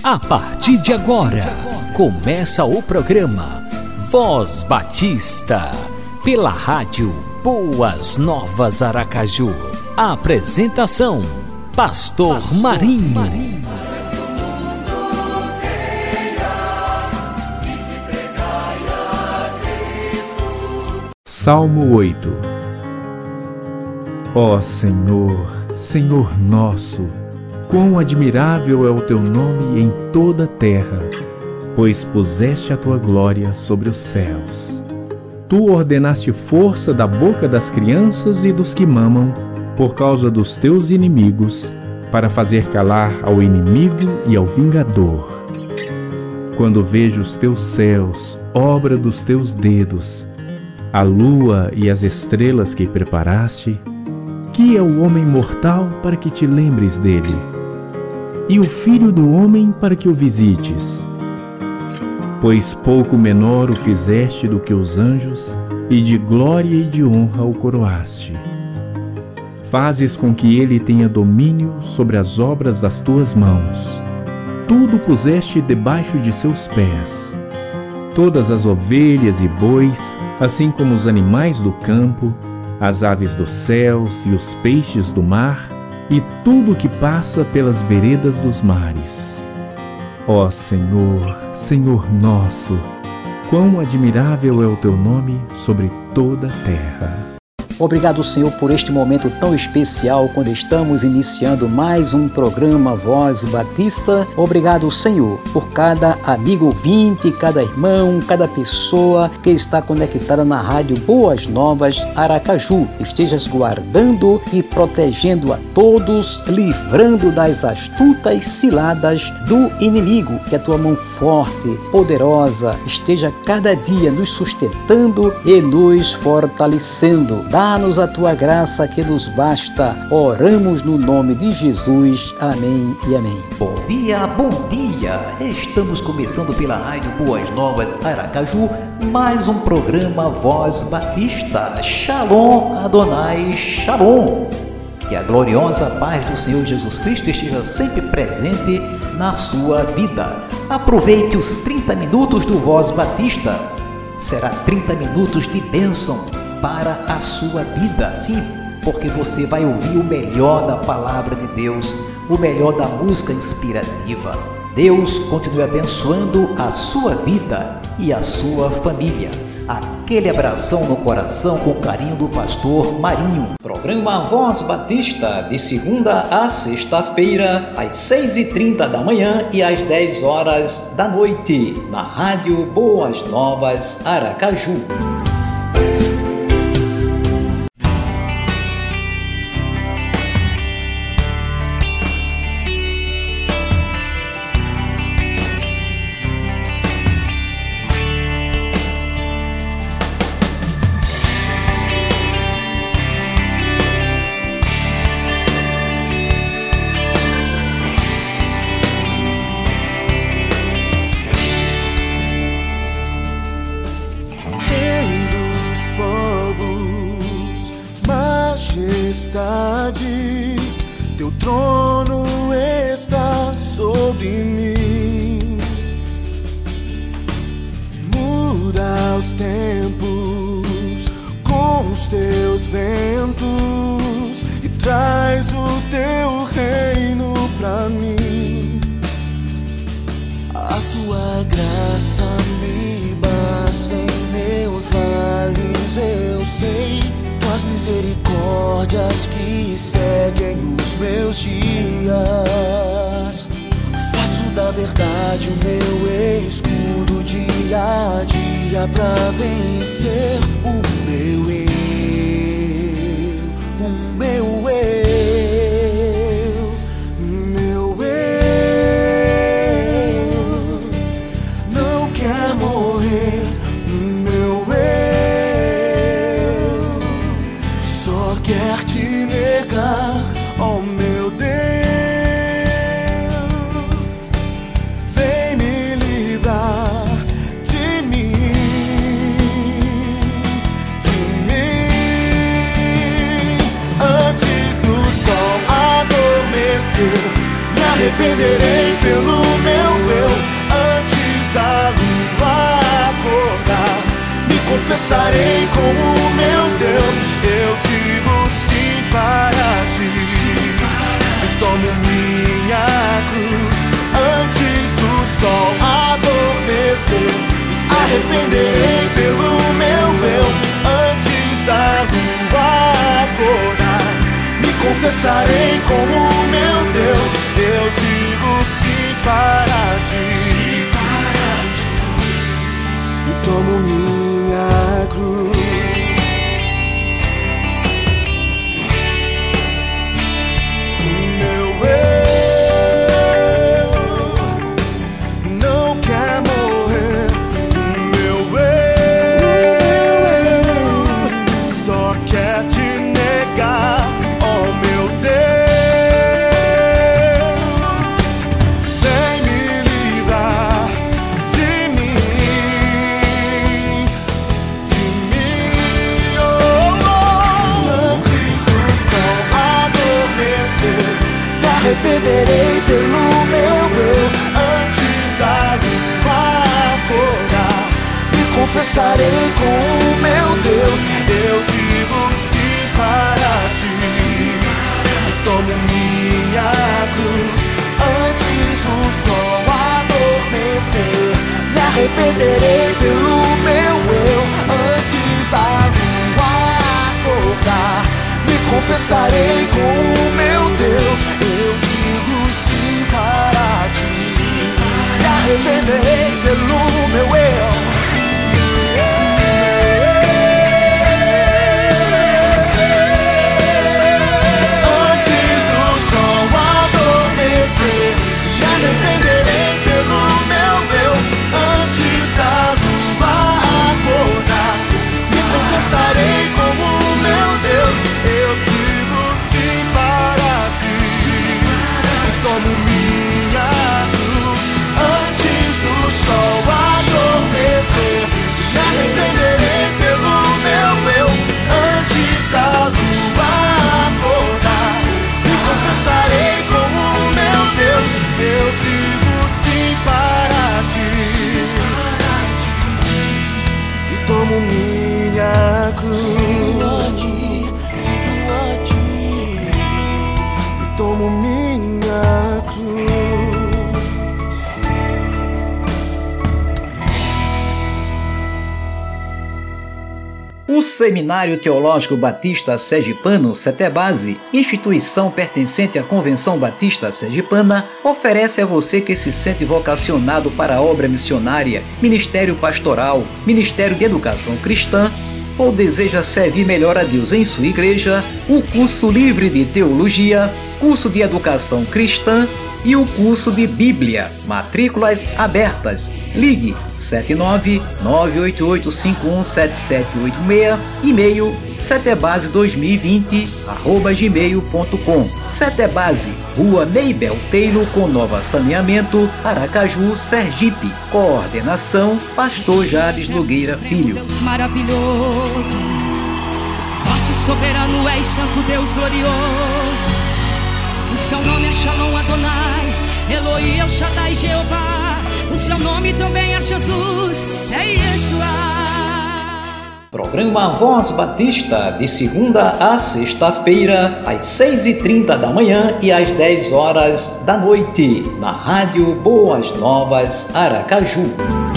A partir de agora, começa o programa Voz Batista, pela rádio Boas Novas Aracaju. A apresentação, Pastor Marinho. Salmo 8. Ó Senhor, Senhor nosso, quão admirável é o teu nome em toda a terra, pois puseste a tua glória sobre os céus. Tu ordenaste força da boca das crianças e dos que mamam, por causa dos teus inimigos, para fazer calar ao inimigo e ao vingador. Quando vejo os teus céus, obra dos teus dedos, a lua e as estrelas que preparaste, que é o homem mortal para que te lembres dele, e o filho do homem para que o visites? Pois pouco menor o fizeste do que os anjos, e de glória e de honra o coroaste. Fazes com que ele tenha domínio sobre as obras das tuas mãos. Tudo puseste debaixo de seus pés. Todas as ovelhas e bois, assim como os animais do campo, as aves dos céus e os peixes do mar, e tudo que passa pelas veredas dos mares. Ó Senhor, Senhor nosso, quão admirável é o teu nome sobre toda a terra. Obrigado, Senhor, por este momento tão especial, quando estamos iniciando mais um programa Voz Batista. Obrigado, Senhor, por cada amigo ouvinte, cada irmão, cada pessoa que está conectada na rádio Boas Novas Aracaju. Estejas guardando e protegendo a todos, livrando das astutas ciladas do inimigo. Que a tua mão forte, poderosa, esteja cada dia nos sustentando e nos fortalecendo. Dá-nos a tua graça que nos basta. Oramos no nome de Jesus. Amém e amém. Bom dia, bom dia. Estamos começando pela rádio Boas Novas Aracaju, mais um programa Voz Batista. Shalom Adonai Shalom. Que a gloriosa paz do Senhor Jesus Cristo esteja sempre presente na sua vida. Aproveite os 30 minutos do Voz Batista. Será 30 minutos de bênção para a sua vida, sim, porque você vai ouvir o melhor da palavra de Deus, o melhor da música inspirativa. Deus continue abençoando a sua vida e a sua família. Aquele abração no coração com carinho do pastor Marinho. Programa Voz Batista, de segunda a sexta-feira, às 6h30 da manhã e às 10 horas da noite, na rádio Boas Novas Aracaju. Teu trono está sobre mim. Muda os tempos com os teus ventos e traz o teu reino pra mim. A tua graça me basta em meus vales, eu sei. Tuas misericórdias que seguem os meus dias. Faço da verdade o meu escudo dia a dia pra vencer o meu eu, o meu eu. Meu eu não quer morrer. Meu eu só quer te negar, oh meu Deus. Vem me livrar de mim, antes do sol adormecer. Me arrependerei pelo meu confessarei como meu Deus. Eu digo sim para ti. E tomo minha cruz antes do sol adormecer. Me arrependerei pelo meu eu antes da lua acordar. Me confessarei como meu Deus. Eu digo sim para ti. E tomo minha cruz. Meu eu não quer morrer. Meu eu só quer te negar. Oh meu Deus, vem me livrar de mim, oh, oh. Antes do sol adormecer, me arrependerei pelo meu eu antes da lua acordar. Me confessarei com o meu Deus. Eu digo sim para ti. E tomo minha cruz antes do sol adormecer. Me arrependerei pelo meu eu antes da lua acordar. Me confessarei com o meu Deus. Eu digo sim para ti. Me arrependerei pelo meu eu. Antes do sol adormecer, me arrependerei pelo meu eu antes da lua acordar. Me confessarei como meu Deus. Eu digo sim para ti. E tomo minha cruz antes do sol adormecer. Me arrependerei pelo meu eu antes da lua acordar. Me confessarei como meu Deus. Eu digo sim para ti. E tomo minha cruz. Sigo a ti. E tomo minha cruz. O Seminário Teológico Batista Sergipano, Setebase, instituição pertencente à Convenção Batista Sergipana, oferece a você que se sente vocacionado para a obra missionária, ministério pastoral, ministério de educação cristã ou deseja servir melhor a Deus em sua igreja, o curso livre de teologia, curso de educação cristã e o curso de Bíblia. Matrículas abertas. Ligue 79988517786, e-mail setebase2020@gmail.com. Setebase, Rua Meibel Taylor com Nova Saneamento, Aracaju, Sergipe. Coordenação, Pastor Jabes Nogueira Filho. Deus maravilhoso, forte e soberano és, santo Deus glorioso. O seu nome é Shalom Adonai, Elohim El Shaddai Jeová. O seu nome também é Jesus, é Yeshua. Programa Voz Batista, de segunda a sexta-feira, às 6h30 da manhã e às 10 horas da noite, na Rádio Boas Novas, Aracaju.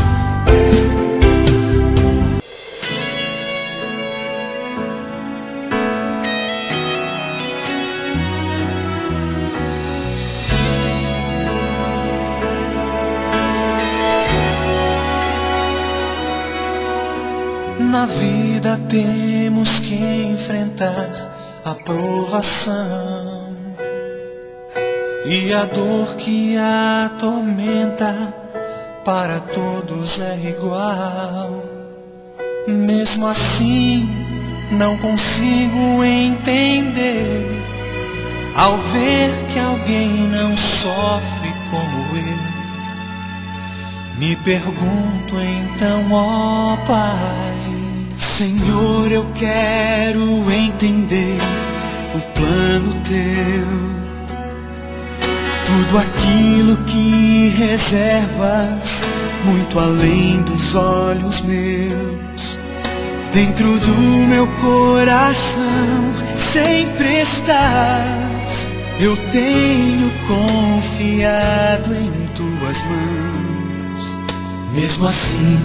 Na vida temos que enfrentar a provação e a dor que atormenta para todos é igual. Mesmo assim, não consigo entender ao ver que alguém não sofre como eu. Me pergunto então, ó Pai, Senhor, eu quero entender o plano Teu, tudo aquilo que reservas muito além dos olhos meus. Dentro do meu coração sempre estás. Eu tenho confiado em tuas mãos. Mesmo assim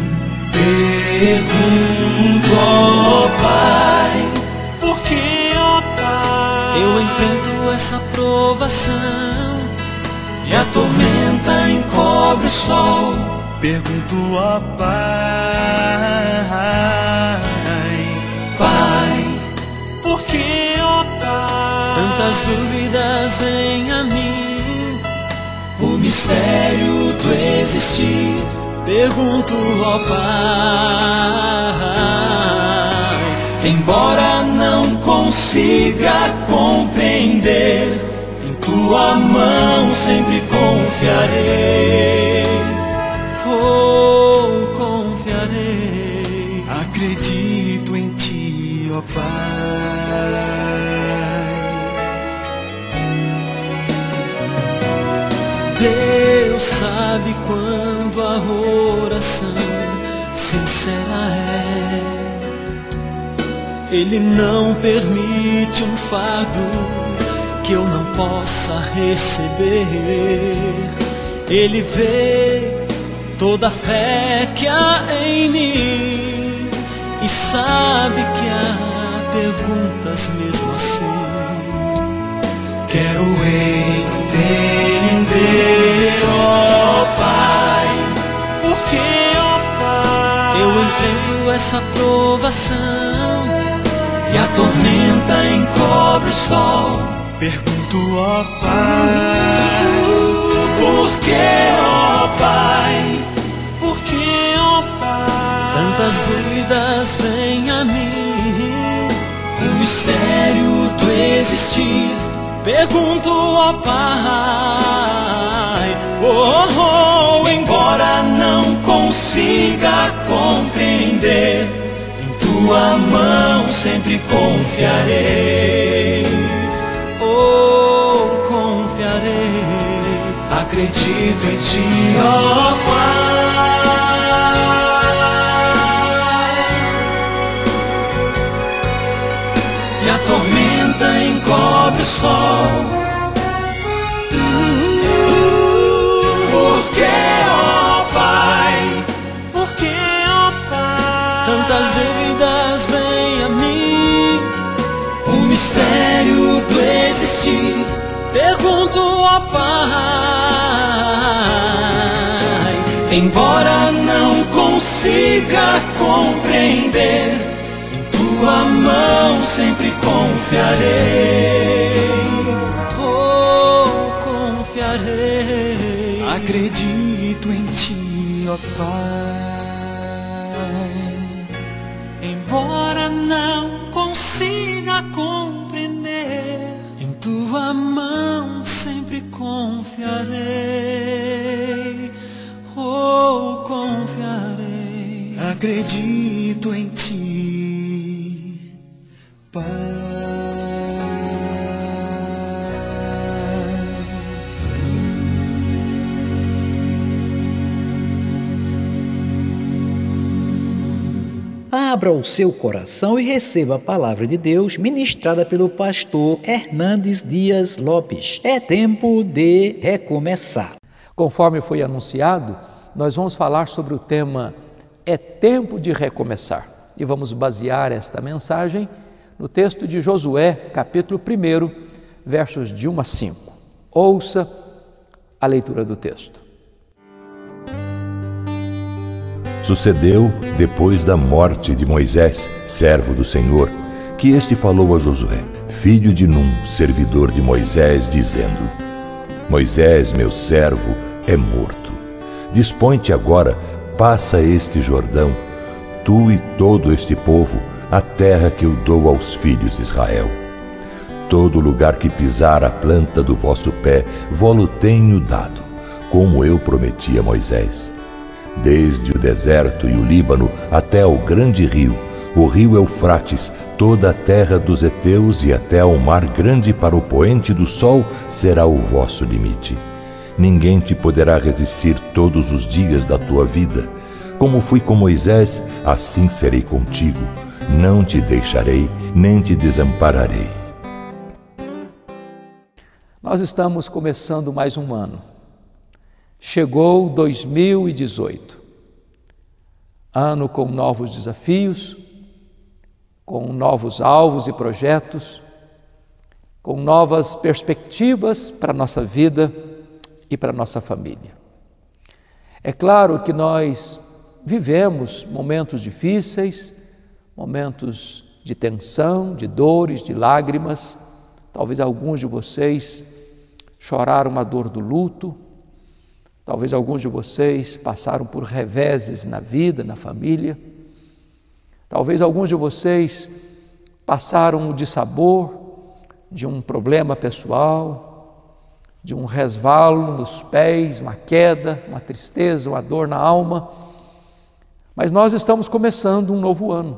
pergunto, ó Pai, por que, ó Pai, eu enfrento essa provação e a tormenta encobre o sol? Pergunto, ó Pai, Pai, por que, ó Pai, tantas dúvidas vêm a mim? O mistério do existir. Pergunto, ó Pai, embora não consiga compreender, em tua mão sempre confiarei. Oh, confiarei. Acredito em ti, ó Pai. Deus sabe quando a oração sincera é. Ele não permite um fardo que eu não possa receber. Ele vê toda a fé que há em mim e sabe que há perguntas mesmo assim. Quero entender, ó Pai, por que, ó Pai, eu enfrento essa provação e a tormenta encobre o sol. Pergunto, ó Pai, por que, ó Pai, por que, ó Pai, tantas dúvidas vêm a mim? O mistério do existir. Pergunto, ó Pai, oh, embora não consiga compreender, em tua mão sempre confiarei. Oh, confiarei. Acredito em ti, ó Pai, e a tormenta encobre o sol. Por que, ó Pai, por que, ó Pai, tantas dúvidas vêm a mim? O mistério do existir. Pergunto, ó Pai, embora não consiga compreender, em tua mão sempre confiarei. Oh, confiarei. Acredito em ti, ó Pai, embora não consiga compreender, em tua mão sempre confiarei. Oh, confiarei. Acredito em ti, Pai. Abra o seu coração e receba a palavra de Deus ministrada pelo pastor Hernandes Dias Lopes. É tempo de recomeçar. Conforme foi anunciado, nós vamos falar sobre o tema É tempo de recomeçar. E vamos basear esta mensagem no texto de Josué, capítulo 1, versos de 1 a 5. Ouça a leitura do texto. Sucedeu, depois da morte de Moisés, servo do Senhor, que este falou a Josué, filho de Num, servidor de Moisés, dizendo: Moisés, meu servo, é morto. Dispõe-te agora, passa este Jordão, tu e todo este povo, a terra que eu dou aos filhos de Israel. Todo lugar que pisar a planta do vosso pé, vo-lo tenho dado, como eu prometi a Moisés. Desde o deserto e o Líbano até ao grande rio, o rio Eufrates, toda a terra dos heteus e até ao mar grande para o poente do sol será o vosso limite. Ninguém te poderá resistir todos os dias da tua vida. Como fui com Moisés, assim serei contigo. Não te deixarei, nem te desampararei. Nós estamos começando mais um ano. Chegou 2018. Ano com novos desafios, com novos alvos e projetos, com novas perspectivas para a nossa vida e para a nossa família. É claro que nós vivemos momentos difíceis, momentos de tensão, de dores, de lágrimas. Talvez alguns de vocês choraram a dor do luto, talvez alguns de vocês passaram por reveses na vida, na família, talvez alguns de vocês passaram o dissabor de um problema pessoal, de um resvalo nos pés, uma queda, uma tristeza, uma dor na alma. Mas nós estamos começando um novo ano,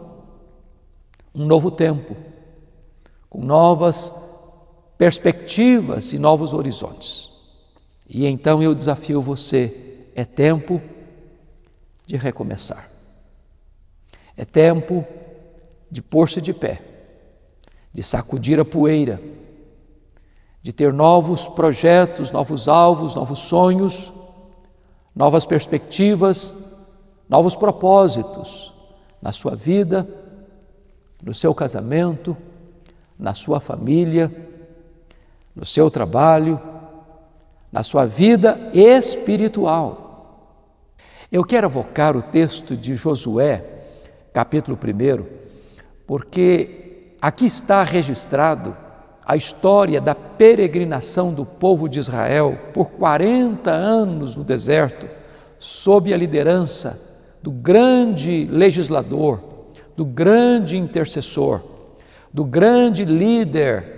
um novo tempo, com novas perspectivas e novos horizontes. E então eu desafio você, é tempo de recomeçar. É tempo de pôr-se de pé, de sacudir a poeira, de ter novos projetos, novos alvos, novos sonhos, novas perspectivas, novos propósitos na sua vida, no seu casamento, na sua família, no seu trabalho, na sua vida espiritual. Eu quero evocar o texto de Josué, capítulo 1, porque aqui está registrado a história da peregrinação do povo de Israel por 40 anos no deserto, sob a liderança do grande legislador, do grande intercessor, do grande líder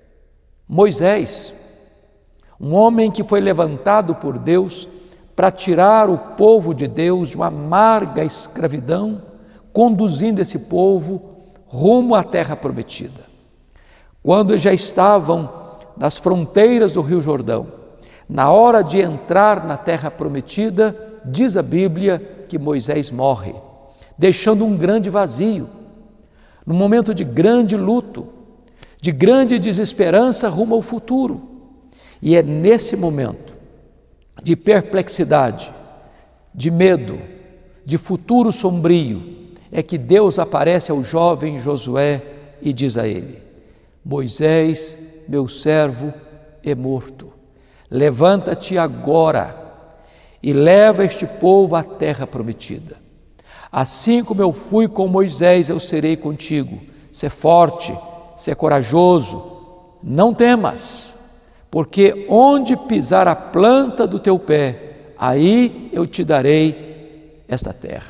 Moisés, um homem que foi levantado por Deus para tirar o povo de Deus de uma amarga escravidão, conduzindo esse povo rumo à terra prometida. Quando eles já estavam nas fronteiras do Rio Jordão, na hora de entrar na terra prometida, diz a Bíblia que Moisés morre, deixando um grande vazio, num momento de grande luto, de grande desesperança rumo ao futuro. E é nesse momento de perplexidade, de medo, de futuro sombrio, é que Deus aparece ao jovem Josué e diz a ele: Moisés, meu servo, é morto. Levanta-te agora e leva este povo à terra prometida. Assim como eu fui com Moisés, eu serei contigo. Sê forte, sê corajoso, não temas, porque onde pisar a planta do teu pé, aí eu te darei esta terra.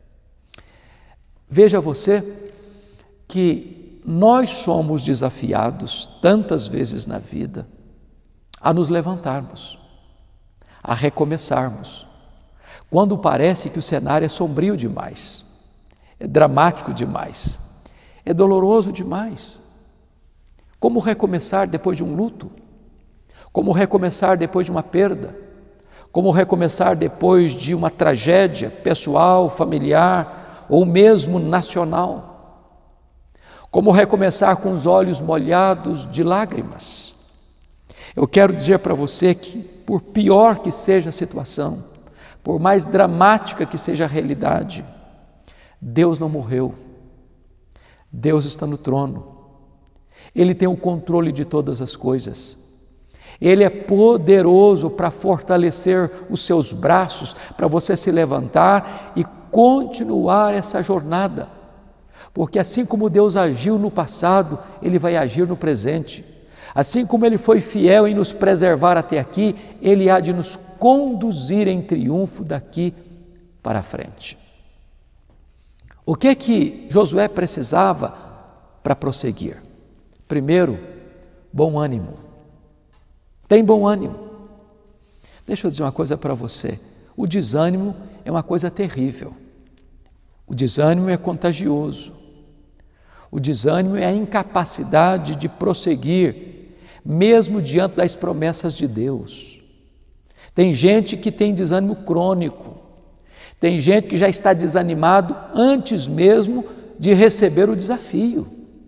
Veja você que nós somos desafiados tantas vezes na vida a nos levantarmos, a recomeçarmos, quando parece que o cenário é sombrio demais, é dramático demais, é doloroso demais. Como recomeçar depois de um luto? Como recomeçar depois de uma perda? Como recomeçar depois de uma tragédia pessoal, familiar ou mesmo nacional? Como recomeçar com os olhos molhados de lágrimas? Eu quero dizer para você que, por pior que seja a situação, por mais dramática que seja a realidade, Deus não morreu. Deus está no trono. Ele tem o controle de todas as coisas. Ele é poderoso para fortalecer os seus braços, para você se levantar e continuar essa jornada. Porque assim como Deus agiu no passado, Ele vai agir no presente. Assim como Ele foi fiel em nos preservar até aqui, Ele há de nos conduzir em triunfo daqui para frente. O que é que Josué precisava para prosseguir? Primeiro, bom ânimo. Tem bom ânimo. Deixa eu dizer uma coisa para você. O desânimo é uma coisa terrível. O desânimo é contagioso. O desânimo é a incapacidade de prosseguir, mesmo diante das promessas de Deus. Tem gente que tem desânimo crônico. Tem gente que já está desanimado antes mesmo de receber o desafio.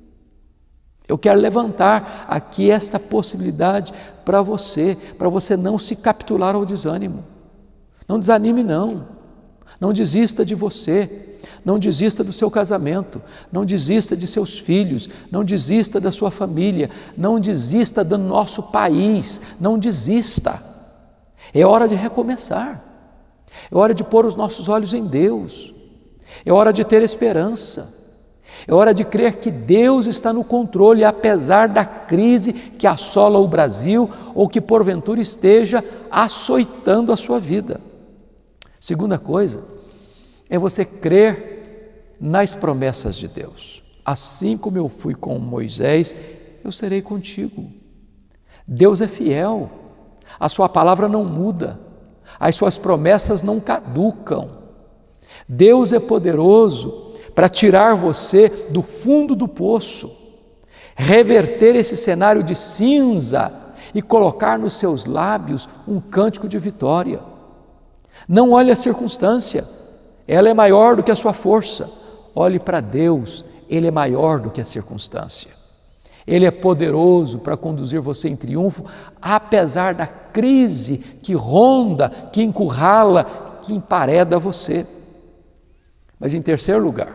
Eu quero levantar aqui esta possibilidade para você não se capitular ao desânimo. Não desanime não, não desista de você, não desista do seu casamento, não desista de seus filhos, não desista da sua família, não desista do nosso país, não desista. É hora de recomeçar, é hora de pôr os nossos olhos em Deus, é hora de ter esperança. É hora de crer que Deus está no controle, apesar da crise que assola o Brasil ou que porventura esteja açoitando a sua vida. Segunda coisa, é você crer nas promessas de Deus. Assim como eu fui com Moisés, eu serei contigo. Deus é fiel, a sua palavra não muda, as suas promessas não caducam. Deus é poderoso para tirar você do fundo do poço, reverter esse cenário de cinza e colocar nos seus lábios um cântico de vitória. Não olhe a circunstância, ela é maior do que a sua força. Olhe para Deus, Ele é maior do que a circunstância. Ele é poderoso para conduzir você em triunfo, apesar da crise que ronda, que encurrala, que empareda você. Mas em terceiro lugar,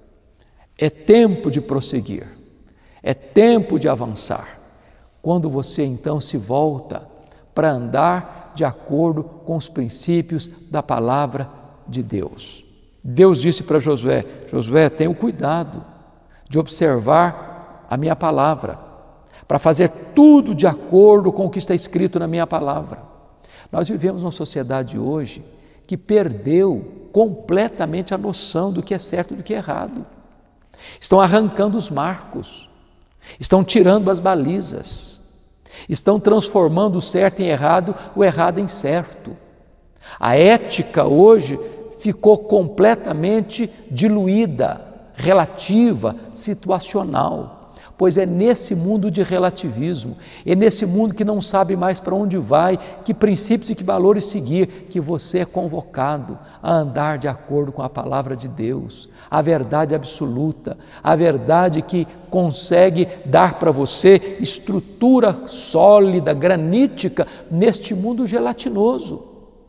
é tempo de prosseguir, é tempo de avançar, quando você então se volta para andar de acordo com os princípios da palavra de Deus. Deus disse para Josué: Josué, tenha cuidado de observar a minha palavra, para fazer tudo de acordo com o que está escrito na minha palavra. Nós vivemos uma sociedade hoje que perdeu completamente a noção do que é certo e do que é errado. Estão arrancando os marcos, estão tirando as balizas, estão transformando o certo em errado, o errado em certo. A ética hoje ficou completamente diluída, relativa, situacional. Pois é nesse mundo de relativismo, é nesse mundo que não sabe mais para onde vai, que princípios e que valores seguir, que você é convocado a andar de acordo com a palavra de Deus, a verdade absoluta, a verdade que consegue dar para você estrutura sólida, granítica, neste mundo gelatinoso.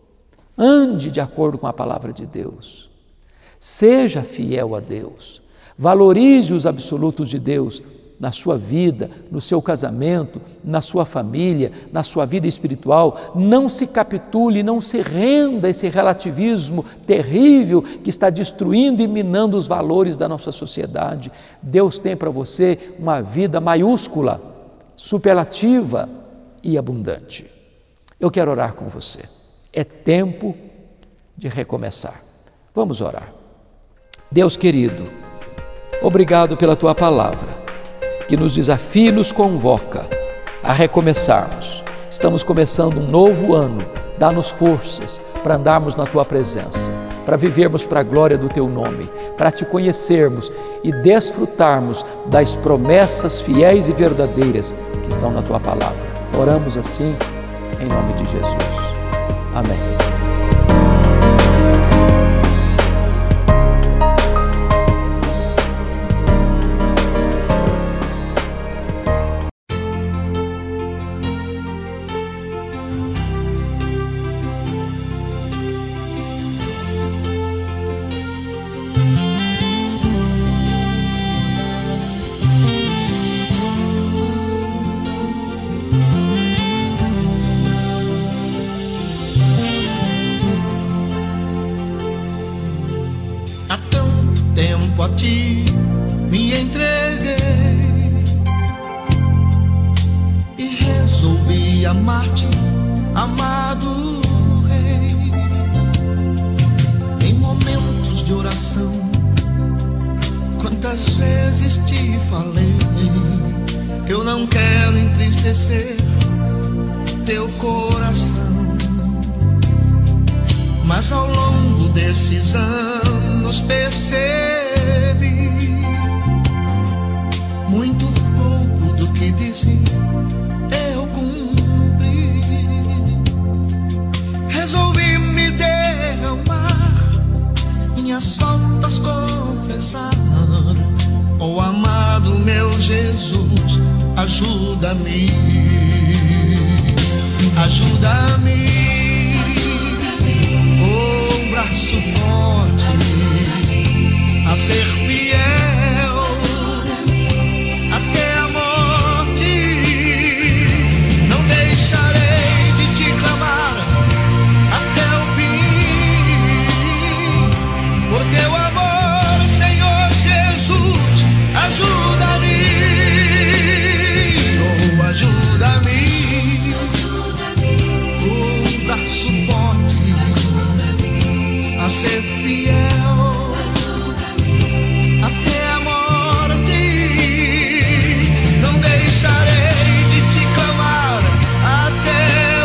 Ande de acordo com a palavra de Deus, seja fiel a Deus, valorize os absolutos de Deus, na sua vida, no seu casamento, na sua família, na sua vida espiritual. Não se capitule, não se renda a esse relativismo terrível que está destruindo e minando os valores da nossa sociedade. Deus tem para você uma vida maiúscula, superlativa e abundante. Eu quero orar com você. É tempo de recomeçar. Vamos orar. Deus querido, obrigado pela Tua palavra, que nos desafia e nos convoca a recomeçarmos. Estamos começando um novo ano, dá-nos forças para andarmos na Tua presença, para vivermos para a glória do Teu nome, para Te conhecermos e desfrutarmos das promessas fiéis e verdadeiras que estão na Tua palavra. Oramos assim, em nome de Jesus. Amém. A ti me entreguei e resolvi amar-te, amado Rei. Em momentos de oração, quantas vezes te falei, eu não quero entristecer teu coração. Mas ao longo desses anos percebi muito pouco do que disse eu cumpri. Resolvi me derramar, minhas faltas confessar, ajuda-me, ajuda-me, com um braço forte a ser fiel até a morte. Não deixarei de te clamar até o fim, por teu amor, Senhor Jesus, ajuda-me, oh, ajuda-me, com um braço forte a ser fiel até a morte. Não deixarei de te clamar até o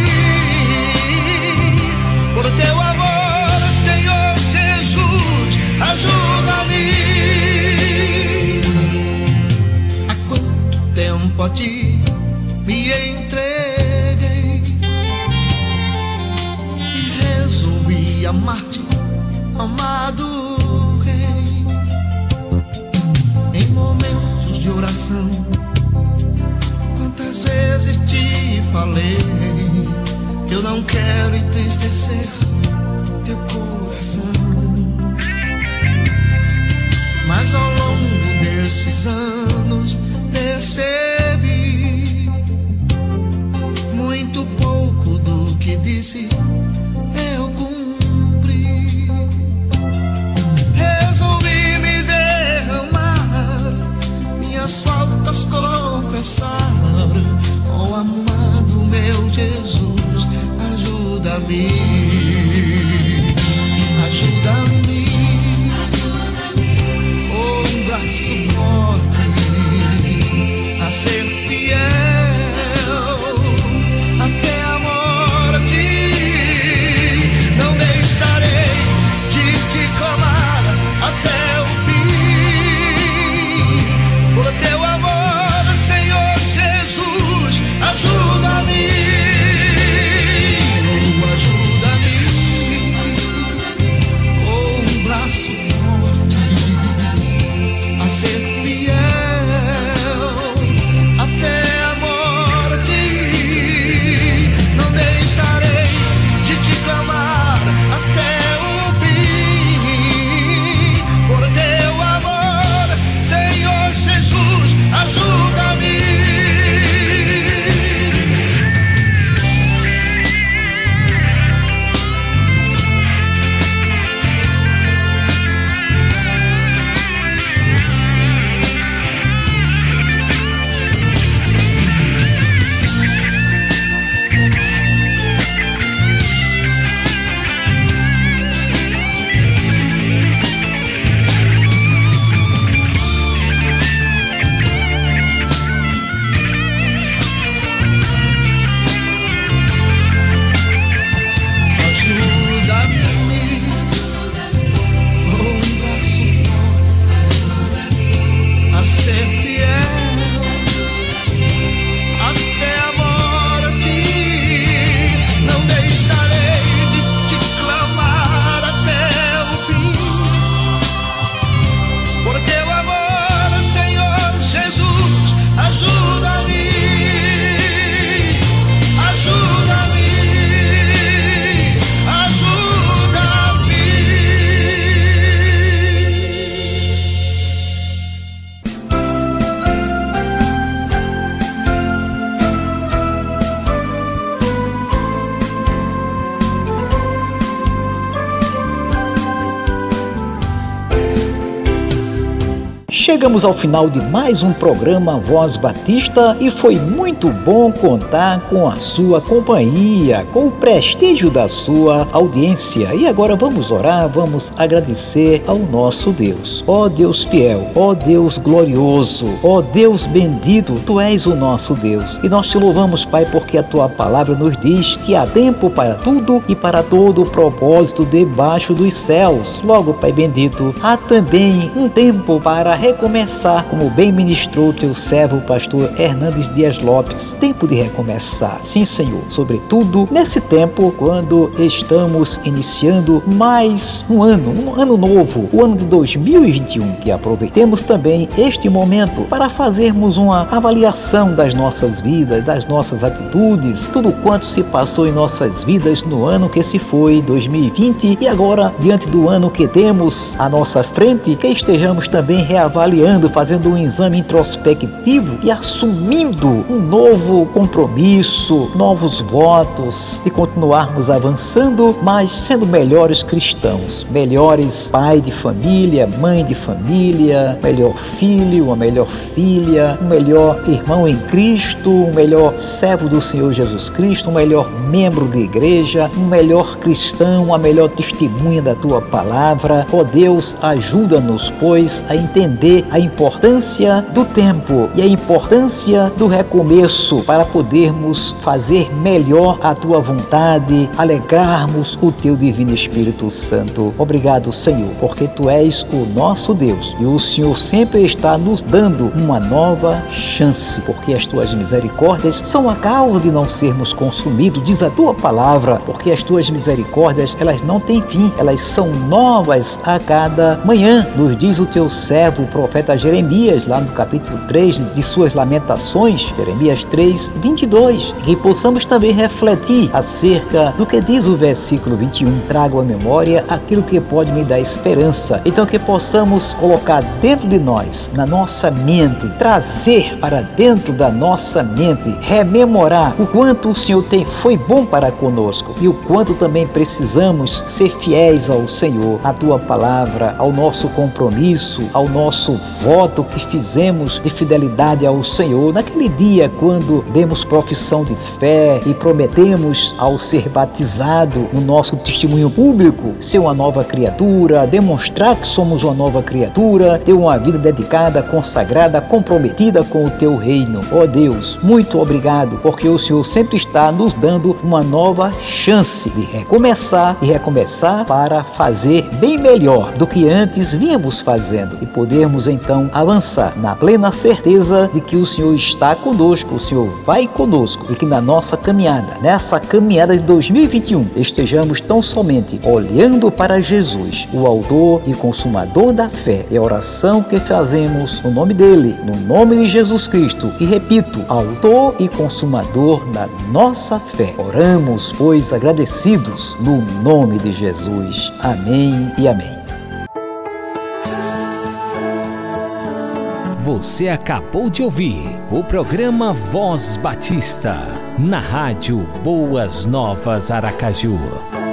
fim, por teu amor, Senhor Jesus, ajuda-me. Há quanto tempo a ti me entreguei e resolvi amar-te, amado Rei. Em momentos de oração, quantas vezes te falei, eu não quero entristecer teu coração. Mas ao longo desses anos percebi muito pouco do que disse eu cumpri. Resolvi me derramar, minhas faltas confessar. Oh, amado meu Jesus, ajuda-me, ajuda-me, com um braço forte a ser fiel até a morte. Não deixarei de te clamar até o fim, por teu amor, Senhor Jesus, ajuda-me, oh, ajuda-me, com um braço forte a ser fiel até a morte. Não deixarei de te clamar até o fim, por teu amor, Senhor Jesus, ajuda-me. Chegamos ao final de mais um programa Voz Batista e foi muito bom contar com a sua companhia, com o prestígio da sua audiência. E agora vamos orar, vamos agradecer ao nosso Deus. Ó Deus fiel, ó Deus glorioso, ó Deus bendito, Tu és o nosso Deus. E nós Te louvamos, Pai, porque a Tua palavra nos diz que há tempo para tudo e para todo o propósito debaixo dos céus. Logo, Pai bendito, há também um tempo para recomeçar, como bem ministrou teu servo, pastor Hernandes Dias Lopes. Tempo de recomeçar. Sim, Senhor. Sobretudo nesse tempo, quando estamos iniciando mais um ano novo, o ano de 2021, que aproveitemos também este momento para fazermos uma avaliação das nossas vidas, das nossas atitudes, tudo quanto se passou em nossas vidas no ano que se foi, 2020, e agora, diante do ano que temos à nossa frente, que estejamos também reavaliando, fazendo um exame introspectivo e assumindo um novo compromisso, novos votos, e continuarmos avançando, mas sendo melhores cristãos, melhores pai de família, mãe de família, melhor filho, uma melhor filha, um melhor irmão em Cristo, um melhor servo do Senhor Jesus Cristo, um melhor membro de igreja, um melhor cristão, a melhor testemunha da tua palavra. Ó Deus, ajuda-nos, pois, a entender a importância do tempo e a importância do recomeço para podermos fazer melhor a tua vontade, alegrarmos o teu divino Espírito Santo. Obrigado, Senhor, porque tu és o nosso Deus e o Senhor sempre está nos dando uma nova chance, porque as tuas misericórdias são a causa de não sermos consumidos, diz a tua palavra, porque as tuas misericórdias, elas não têm fim, elas são novas a cada manhã, nos diz o teu servo, o profeta Jeremias, lá no capítulo 3 de suas lamentações, Jeremias 3, 22, que possamos também refletir acerca do que diz o versículo 21, trago à memória aquilo que pode me dar esperança, então que possamos colocar dentro de nós, na nossa mente, trazer para dentro da nossa mente, rememorar o quanto o Senhor foi bom para conosco e o quanto também precisamos ser fiéis ao Senhor, à tua palavra, ao nosso compromisso, ao nosso voto que fizemos de fidelidade ao Senhor naquele dia quando demos profissão de fé e prometemos ao ser batizado no nosso testemunho público ser uma nova criatura, demonstrar que somos uma nova criatura, ter uma vida dedicada, consagrada, comprometida com o teu reino. Ó Deus, muito obrigado, porque o Senhor sempre está nos dando uma nova chance de recomeçar e recomeçar para fazer bem melhor do que antes vínhamos fazendo e podermos então avançar na plena certeza de que o Senhor está conosco, o Senhor vai conosco e que na nossa caminhada, nessa caminhada de 2021, estejamos tão somente olhando para Jesus, o autor e consumador da fé. É a oração que fazemos no nome dele, no nome de Jesus Cristo, e repito, autor e consumador da nossa fé. Oramos, pois, agradecidos no nome de Jesus. Amém e amém. Você acabou de ouvir o programa Voz Batista, na rádio Boas Novas Aracaju.